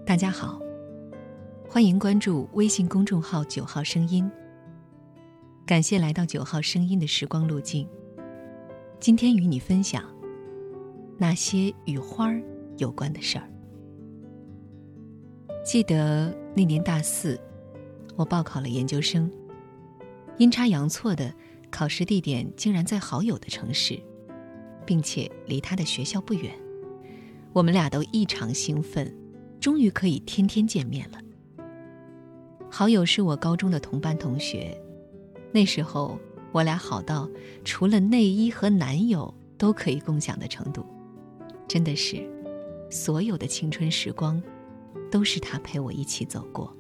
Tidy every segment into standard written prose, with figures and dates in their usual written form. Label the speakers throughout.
Speaker 1: 大家好，欢迎关注微信公众号9号声音。感谢来到9号声音的时光路径。今天与你分享那些与花儿有关的事儿。记得那年大四，我报考了研究生，阴差阳错的考试地点竟然在好友的城市，并且离他的学校不远。我们俩都异常兴奋，终于可以天天见面了。好友是我高中的同班同学，那时候我俩好到除了内衣和男友都可以共享的程度，真的是所有的青春时光都是他陪我一起走过。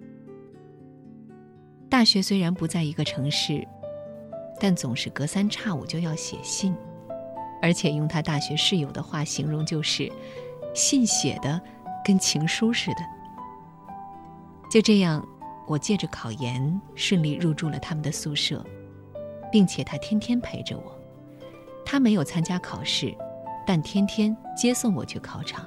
Speaker 1: 大学虽然不在一个城市，但总是隔三差五就要写信，而且用他大学室友的话形容，就是信写的跟情书似的。就这样，我借着考研顺利入住了他们的宿舍，并且他天天陪着我。他没有参加考试，但天天接送我去考场。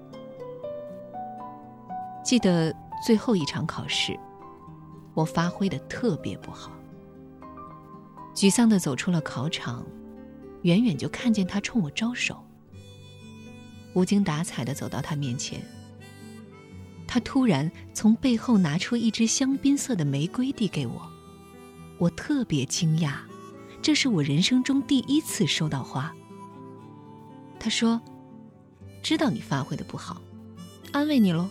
Speaker 1: 记得最后一场考试，我发挥得特别不好，沮丧地走出了考场，远远就看见他冲我招手。无精打采地走到他面前，他突然从背后拿出一支香槟色的玫瑰递给我。我特别惊讶，这是我人生中第一次收到花。他说，知道你发挥得不好，安慰你咯。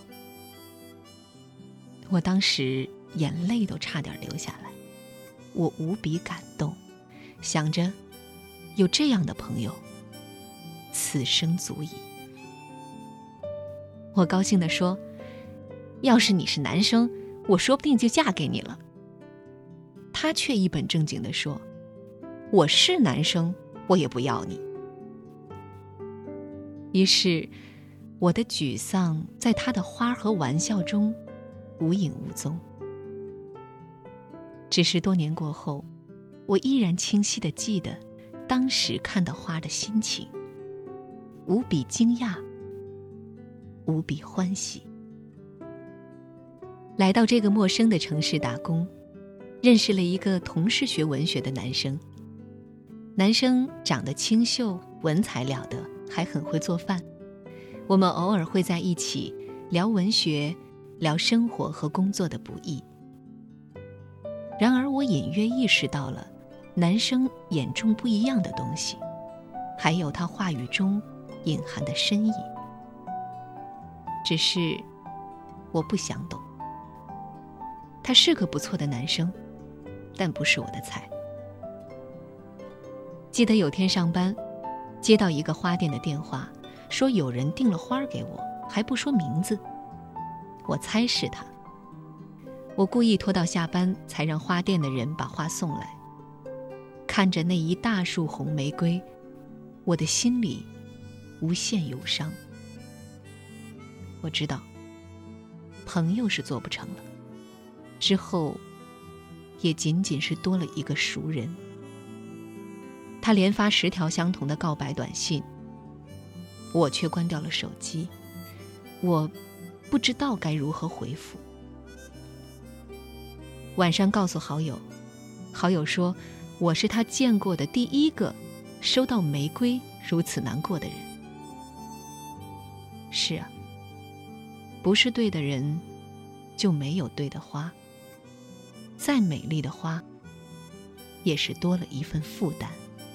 Speaker 1: 我当时眼泪都差点流下来，我无比感动，想着有这样的朋友，此生足矣。我高兴地说，要是你是男生，我说不定就嫁给你了。他却一本正经地说，我是男生，我也不要你。于是我的沮丧在他的花和玩笑中无影无踪。只是多年过后，我依然清晰地记得当时看到花的心情，无比惊讶，无比欢喜。来到这个陌生的城市打工，认识了一个同是学文学的男生。男生长得清秀，文采了得，还很会做饭。我们偶尔会在一起聊文学，聊生活和工作的不易。然而我隐约意识到了男生眼中不一样的东西，还有他话语中隐含的深意。只是我不想懂。他是个不错的男生，但不是我的菜。记得有天上班，接到一个花店的电话，说有人订了花给我，还不说名字。我猜是他。我故意拖到下班，才让花店的人把花送来。看着那一大束红玫瑰，我的心里无限忧伤。我知道，朋友是做不成了，之后也仅仅是多了一个熟人。他连发10条相同的告白短信，我却关掉了手机。我不知道该如何回复。晚上告诉好友，好友说我是他见过的第一个收到玫瑰如此难过的人。是啊，不是对的人，就没有对的花。再美丽的花，也是多了一份负担。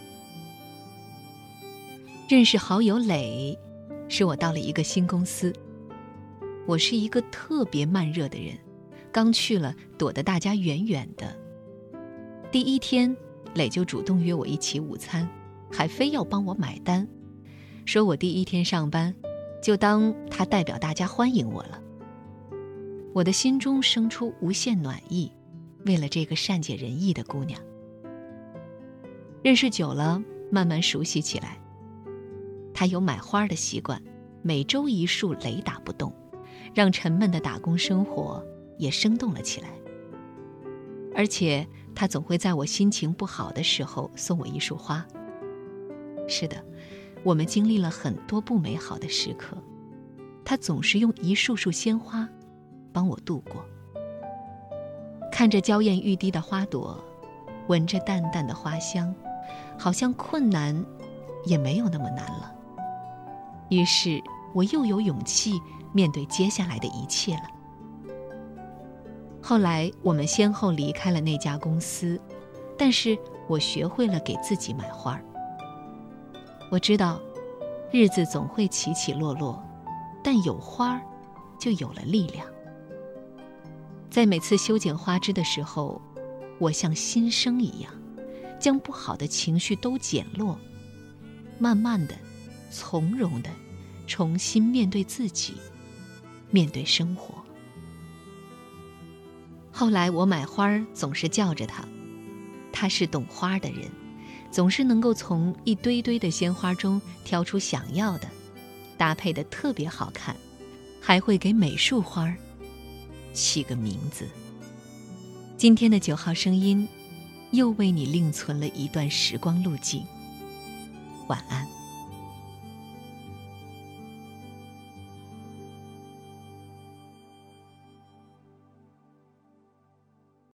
Speaker 1: 认识好友磊，是我到了一个新公司。我是一个特别慢热的人，刚去了躲得大家远远的。第一天，磊就主动约我一起午餐，还非要帮我买单，说我第一天上班，就当他代表大家欢迎我了。我的心中生出无限暖意，为了这个善解人意的姑娘。认识久了，慢慢熟悉起来。她有买花的习惯，每周一束雷打不动，让沉闷的打工生活也生动了起来。而且她总会在我心情不好的时候送我一束花。是的，我们经历了很多不美好的时刻， 他总是用一束束鲜花帮我度过。看着娇艳欲滴的花朵，闻着淡淡的花香，好像困难也没有那么难了。于是我又有勇气面对接下来的一切了。后来我们先后离开了那家公司，但是我学会了给自己买花。我知道日子总会起起落落，但有花就有了力量。在每次修剪花枝的时候，我像新生一样，将不好的情绪都减落，慢慢的、从容的重新面对自己，面对生活。后来我买花总是叫着他是懂花的人，总是能够从一堆堆的鲜花中挑出想要的，搭配得特别好看，还会给每束花起个名字。今天的9号声音又为你另存了一段时光路径。晚安。